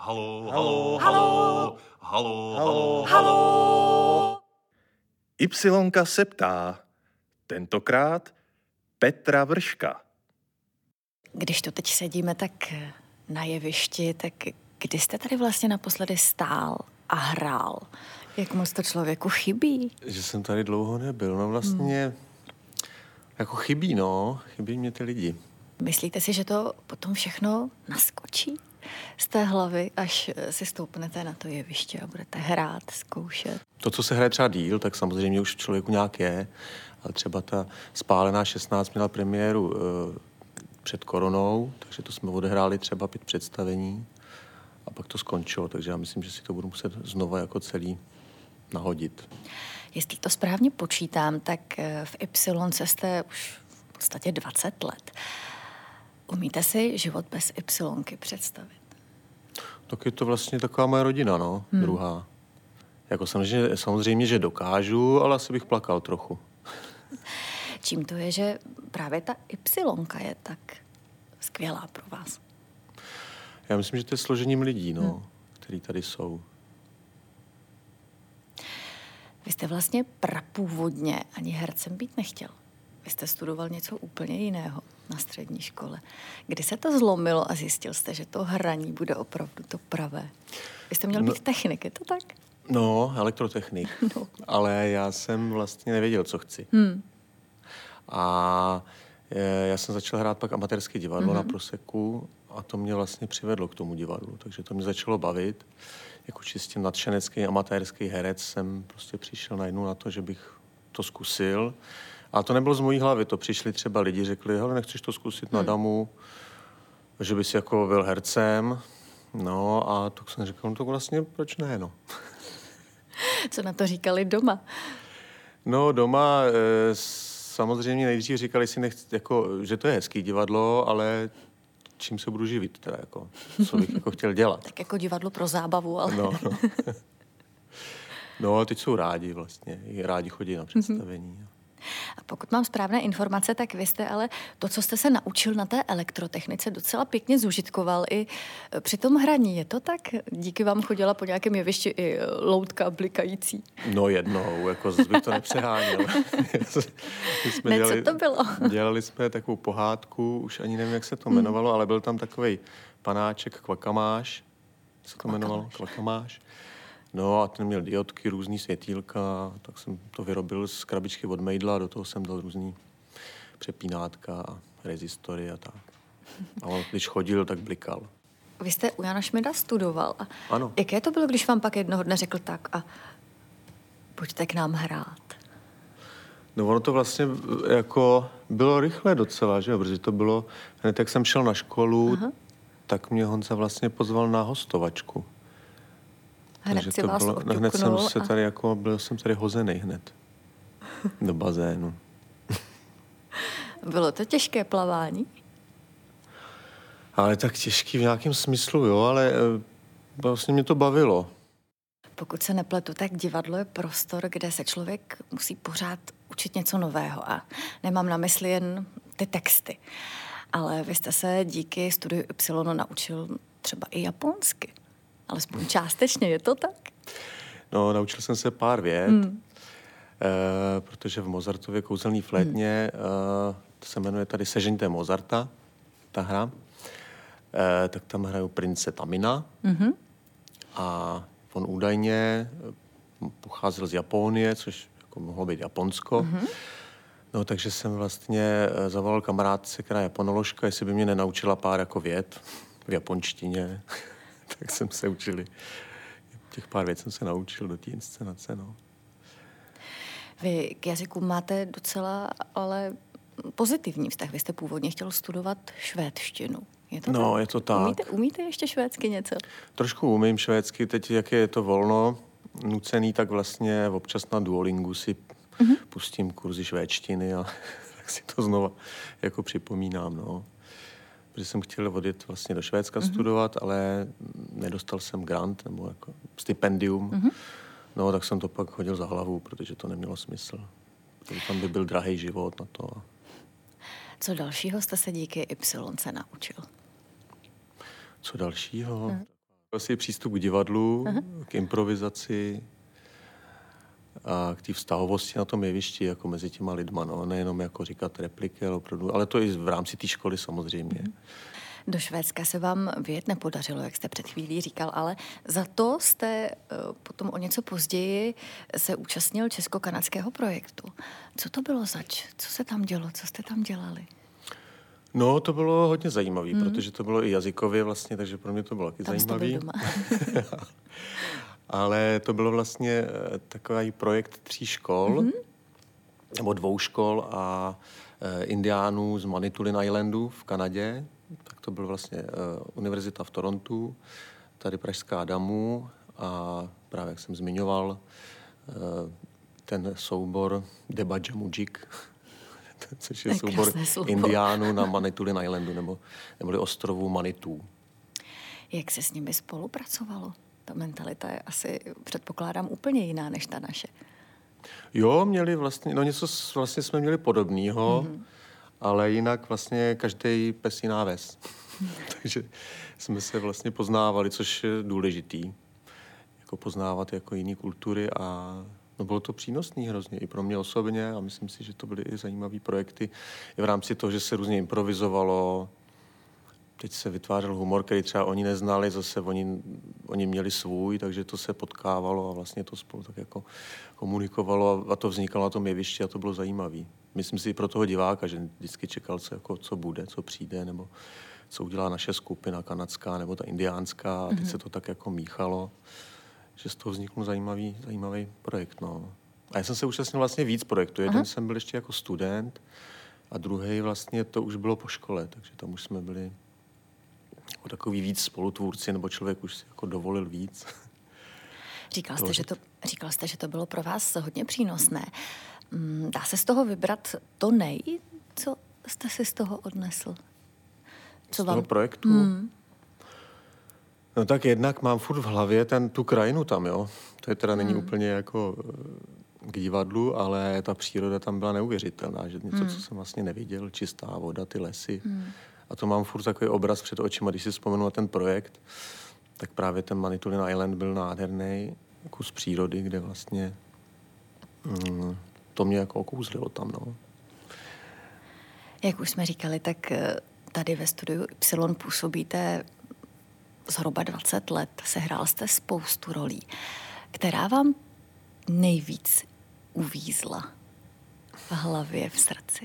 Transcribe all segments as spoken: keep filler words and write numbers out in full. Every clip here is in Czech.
Halo, Halo, halo, halo, halo, Halo. halo. Ypsilonka se ptá, tentokrát Petra Vrška. Když tu teď sedíme tak na jevišti, tak kdy jste tady vlastně naposledy stál a hrál? Jak moc to člověku chybí? Že jsem tady dlouho nebyl, no vlastně hmm. jako chybí, no, chybí mě ty lidi. Myslíte si, že to potom všechno naskočí z té hlavy, až si stoupnete na to jeviště a budete hrát, zkoušet? To, co se hraje třeba díl, tak samozřejmě už v člověku nějak je, ale třeba ta Spálená šestnáct měla premiéru e, před koronou, takže to jsme odehráli třeba pět představení a pak to skončilo, takže já myslím, že si to budu muset znova jako celý nahodit. Jestli to správně počítám, tak v Ypsilonce jste už v podstatě dvacet let. Umíte si život bez Ypsilonky představit? Tak je to vlastně taková moje rodina, no, hmm. druhá. Jako samozřejmě, samozřejmě, že dokážu, ale asi bych plakal trochu. Čím to je, že právě ta Ypsilonka je tak skvělá pro vás? Já myslím, že to je složením lidí, no, hmm. který tady jsou. Vy jste vlastně prapůvodně ani hercem být nechtěl. Vy jste studoval něco úplně jiného na střední škole. Kdy se to zlomilo a zjistil jste, že to hraní bude opravdu to pravé? Vy jste měl být no, technik, je to tak? No, elektrotechnik. No. Ale já jsem vlastně nevěděl, co chci. Hmm. A já jsem začal hrát pak amatérské divadlo mm-hmm. na Proseku a to mě vlastně přivedlo k tomu divadlu. Takže to mě začalo bavit. Jako čistě nadšenecký amatérský herec jsem prostě přišel najednou na to, že bych to zkusil. A to nebylo z mojí hlavy, to přišli třeba lidi, řekli, hele, nechceš to zkusit na damu, že bys jako byl hercem. No a tak jsem říkal, no to vlastně proč ne, no. Co na to říkali doma? No doma e, samozřejmě nejdřív říkali si, nechci, jako, že to je hezký divadlo, ale čím se budu živit teda, jako, co bych jako chtěl dělat. Tak jako divadlo pro zábavu, ale... No, no. No, teď jsou rádi vlastně, rádi chodí na představení. A pokud mám správné informace, tak vy jste ale to, co jste se naučil na té elektrotechnice, docela pěkně zužitkoval i při tom hraní. Je to tak? Díky vám chodila po nějakém jevišti i loutka blikající. No jednou, jako bych to nepřeháněl. jsme ne, dělali, co to bylo? Dělali jsme takovou pohádku, už ani nevím, jak se to jmenovalo, hmm. ale byl tam takovej panáček Kvakamáš, co to jmenovalo? Kvakamáš. No a ten měl diodky, různý světýlka, tak jsem to vyrobil z krabičky od mejdla, do toho jsem dal různý přepínátka a rezistory a tak. A on, když chodil, tak blikal. Vy jste u Jana Šmida studoval. A ano. Jaké to bylo, když vám pak jednoho dne řekl tak a pojďte k nám hrát? No ono to vlastně jako bylo rychle docela, že jo, protože to bylo, hned jak jsem šel na školu, aha. tak mě Honza vlastně pozval na hostovačku. Hned Takže si to vás bylo, oťuknul hned jsem se a... tady jako, byl jsem tady hozený hned do bazénu. Bylo to těžké plavání? Ale tak těžký v nějakém smyslu, jo, ale vlastně mě to bavilo. Pokud se nepletu, tak divadlo je prostor, kde se člověk musí pořád učit něco nového. A nemám na mysli jen ty texty. Ale vy jste se díky studiu Y naučil třeba i japonsky. Alespoň částečně, je to tak? No, naučil jsem se pár vět, hmm. eh, protože v Mozartově kouzelný flétně, hmm. eh, to se jmenuje tady Sežeňte Mozarta, ta hra, eh, tak tam hrajou prince Tamina hmm. a on údajně pocházel z Japonie, což jako mohlo být Japonsko. Hmm. No, takže jsem vlastně zavolal kamarádce, která je japonoložka, jestli by mě nenaučila pár jako vět v japonštině. Tak jsem se učili. Těch pár věc jsem se naučil do té inscenace, no. Vy k jazyku máte docela, ale pozitivní vztah. Vy jste původně chtěl studovat švédštinu. Je to no, tak? je to tak. Umíte, umíte ještě švédsky něco? Trošku umím švédsky. Teď, jak je to volno nucený, tak vlastně občas na Duolingu si mm-hmm. pustím kurzy švédštiny a tak si to znova jako připomínám, no. Protože jsem chtěl odjet vlastně do Švédska mm-hmm. studovat, ale nedostal jsem grant nebo jako stipendium. Mm-hmm. No, tak jsem to pak hodil za hlavu, protože to nemělo smysl. Takže tam by byl drahý život na to. Co dalšího jste se díky Ypsilonce naučil? Co dalšího? Mm. Asi přístup k divadlu, aha, k improvizaci a k té vztahovosti na tom jevišti, jako mezi těma lidma, no. Nejenom jako říkat repliky, ale opravdu, ale to i v rámci té školy samozřejmě. Do Švédska se vám vyjet nepodařilo, jak jste před chvílí říkal, ale za to jste potom o něco později se účastnil česko-kanadského projektu. Co to bylo zač? Co se tam dělo? Co jste tam dělali? No, to bylo hodně zajímavé, hmm. protože to bylo i jazykově vlastně, takže pro mě to bylo taky tam zajímavé. Tam jste byl doma. Ale to byl vlastně takový projekt tří škol, mm-hmm. nebo dvou škol a e, indiánů z Manitoulin Islandu v Kanadě. Tak to byl vlastně e, univerzita v Torontu, tady Pražská Adamu a právě, jak jsem zmiňoval, e, ten soubor Deba Jamujik, což je soubor indiánů na Manitoulin Islandu, nebo, neboli ostrovu Manitou. Jak se s nimi spolupracovalo? Ta mentalita je asi, předpokládám, úplně jiná než ta naše. Jo, měli vlastně, no něco vlastně jsme měli podobného, mm-hmm. ale jinak vlastně každý pes jiná ves. Takže jsme se vlastně poznávali, což je důležitý. Jako poznávat jako jiný kultury a no bylo to přínosný hrozně i pro mě osobně a myslím si, že to byly i zajímavé projekty. I v rámci toho, že se různě improvizovalo. Teď se vytvářel humor, který třeba oni neznali, zase oni, oni měli svůj, takže to se potkávalo a vlastně to spolu tak jako komunikovalo a to vznikalo na tom jevišti a to bylo zajímavé. Myslím si i pro toho diváka, že vždycky čekal, co, jako, co bude, co přijde, nebo co udělá naše skupina kanadská nebo ta indiánská a teď mm-hmm. se to tak jako míchalo, že z toho vznikl zajímavý, zajímavý projekt. No. A já jsem se účastnil vlastně víc projektů. Jeden Aha. jsem byl ještě jako student a druhý vlastně to už bylo po škole, takže tam už jsme byli jako takový víc spolutvůrci, nebo člověk už si jako dovolil víc. Říkal jste, že to, říkal jste, že to bylo pro vás hodně přínosné. Dá se z toho vybrat to nej, co jste si z toho odnesl? Co z vám... toho projektu? Hmm. No tak jednak mám furt v hlavě ten, tu krajinu tam, jo. To je teda není hmm. úplně jako k divadlu, ale ta příroda tam byla neuvěřitelná, že něco, hmm. co jsem vlastně neviděl, čistá voda, ty lesy. Hmm. A to mám furt takový obraz před očima, když si vzpomenu na ten projekt, tak právě ten Manitoulin Island byl nádherný kus přírody, kde vlastně mm, to mě jako okouzlilo tam, no. Jak už jsme říkali, tak tady ve studiu Y působíte zhruba dvacet let. Sehrál jste spoustu rolí. Která vám nejvíc uvízla v hlavě, v srdci?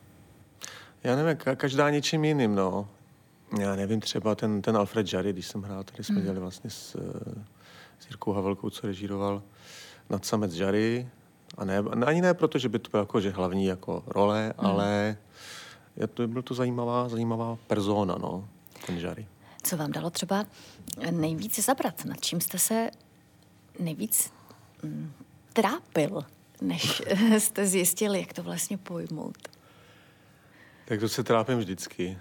Já nevím, každá něčím jiným, no. Já nevím, třeba ten, ten Alfred Jarry, když jsem hrál, tady jsme mm. dělali vlastně s, s Jirkou Havelkou, co režíroval Nad samec Jarry. A ne, ani ne proto, že by to bylo jako, že hlavní jako role, mm. ale je to, byl to zajímavá, zajímavá persona, no, ten Jarry. Co vám dalo třeba nejvíc zabrat? Nad čím jste se nejvíc mm, trápil, než jste zjistili, jak to vlastně pojmout? Tak to se trápím vždycky.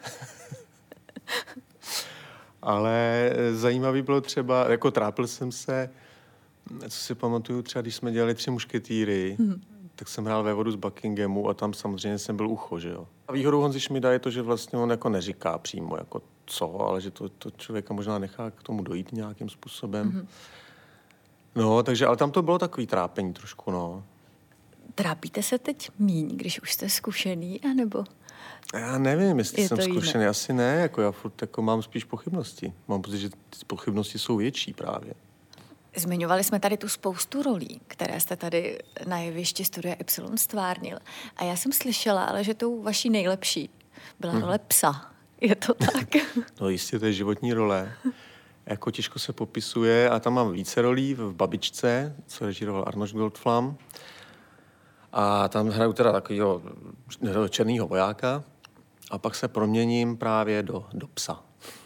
Ale zajímavý bylo třeba, jako trápil jsem se, co si pamatuju, třeba když jsme dělali Tři mušketýry, hmm. tak jsem hrál vévodu z Buckinghamu a tam samozřejmě jsem byl ucho, že jo. A výhodou Honzy Šmída je to, že vlastně on jako neříká přímo jako co, ale že to, to člověka možná nechá k tomu dojít nějakým způsobem. Hmm. No, takže, ale tam to bylo takový trápení trošku, no. Trápíte se teď míň, když už jste zkušený, anebo? Já nevím, jestli je jsem zkušený, jiné. Asi ne, jako já furt jako mám spíš pochybnosti. Mám pocit, že ty pochybnosti jsou větší právě. Zmiňovali jsme tady tu spoustu rolí, které jste tady na jevišti Studia Y stvárnil. A já jsem slyšela, ale že tou vaší nejlepší byla hmm. role psa. Je to tak? No jistě, to je životní role. Jako těžko se popisuje a tam mám více rolí v Babičce, co režíroval Arnošt Goldflam. A tam hraju teda takového černýho vojáka a pak se proměním právě do, do psa.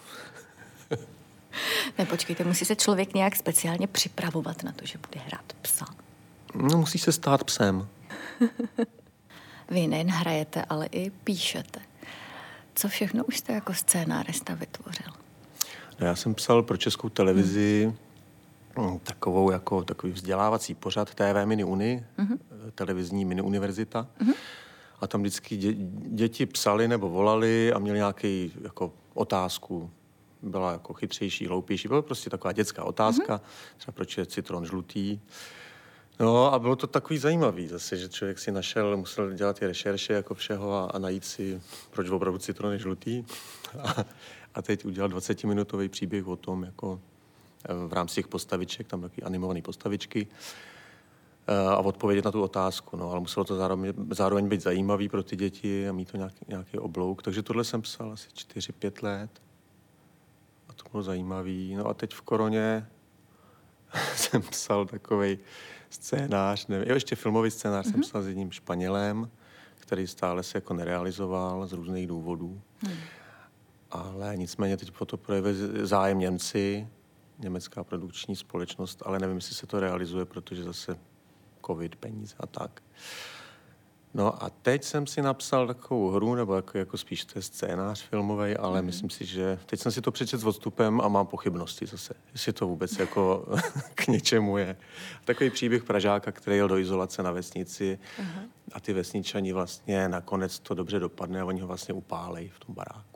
Ne, počkejte, musí se člověk nějak speciálně připravovat na to, že bude hrát psa. No, musí se stát psem. Vy nejen hrajete, ale i píšete. Co všechno už jste jako scénárista vytvořil? No, já jsem psal pro Českou televizi hmm. takovou jako takový vzdělávací pořad T V Mini Uni, hmm. televizní mini univerzita. Hmm. A tam vždycky dě, děti psali nebo volali a měli nějaký jako otázku byla jako chytřejší, hloupější. Byla prostě taková dětská otázka, mm-hmm. třeba proč je citron žlutý. No a bylo to takový zajímavý zase, že člověk si našel, musel dělat ty rešerše jako všeho a, a najít si, proč opravdu citron je žlutý. A, a teď udělal dvacetiminutový příběh o tom, jako v rámci těch postaviček, tam taky animované postavičky, a odpovědět na tu otázku. No, ale muselo to zároveň, zároveň být zajímavý pro ty děti a mít to nějaký, nějaký oblouk. Takže tohle jsem psal asi čtyři, pět let. A to bylo zajímavý. No a teď v koroně jsem psal takovej scénář, nevím, jo, ještě filmový scénář mm-hmm. jsem psal s jedním Španělem, který stále se jako nerealizoval z různých důvodů. Mm. Ale nicméně teď po to projevili zájem Němci, německá produkční společnost, ale nevím, jestli se to realizuje, protože zase covid, peníze a tak. No a teď jsem si napsal takovou hru, nebo jako, jako spíš to je scénář filmový, ale mm. myslím si, že teď jsem si to přečet s odstupem a mám pochybnosti zase, jestli to vůbec jako k něčemu je. Takový příběh Pražáka, který jel do izolace na vesnici uh-huh. a ty vesničani vlastně nakonec to dobře dopadne a oni ho vlastně upálej v tom baráku.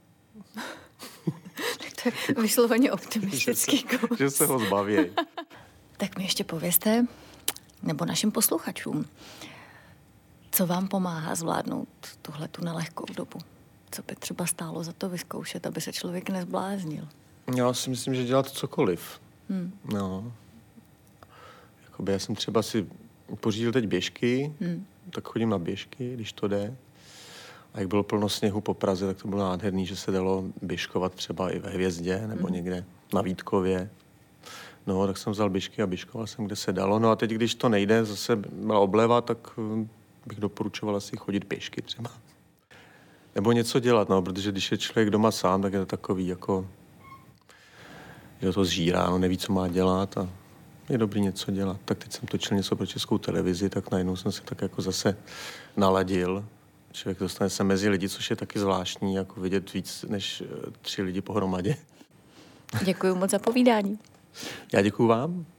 Tak to je vysloveně optimistický konec. Že se ho zbaví. Tak mi ještě povězte, nebo našim posluchačům, co vám pomáhá zvládnout tuhle tu nelehkou dobu? Co by třeba stálo za to vyzkoušet, aby se člověk nezbláznil? Já si myslím, že dělat cokoliv. Hmm. No. Jakoby já jsem třeba si pořídil teď běžky, hmm. tak chodím na běžky, když to jde. A jak bylo plno sněhu po Praze, tak to bylo nádherný, že se dalo běžkovat třeba i ve Hvězdě nebo hmm. někde na Vítkově. No, tak jsem vzal běžky a běžkoval jsem, kde se dalo. No a teď, když to nejde, zase byla obleva, tak bych doporučoval asi chodit pěšky třeba. Nebo něco dělat, no, protože když je člověk doma sám, tak je to takový jako, že to zžírá, no, neví, co má dělat a je dobrý něco dělat. Tak teď jsem točil něco pro Českou televizi, tak najednou jsem se tak jako zase naladil. Člověk dostane se mezi lidi, což je taky zvláštní, jako vidět víc než tři lidi pohromadě. Děkuji moc za povídání. Já děkuju vám.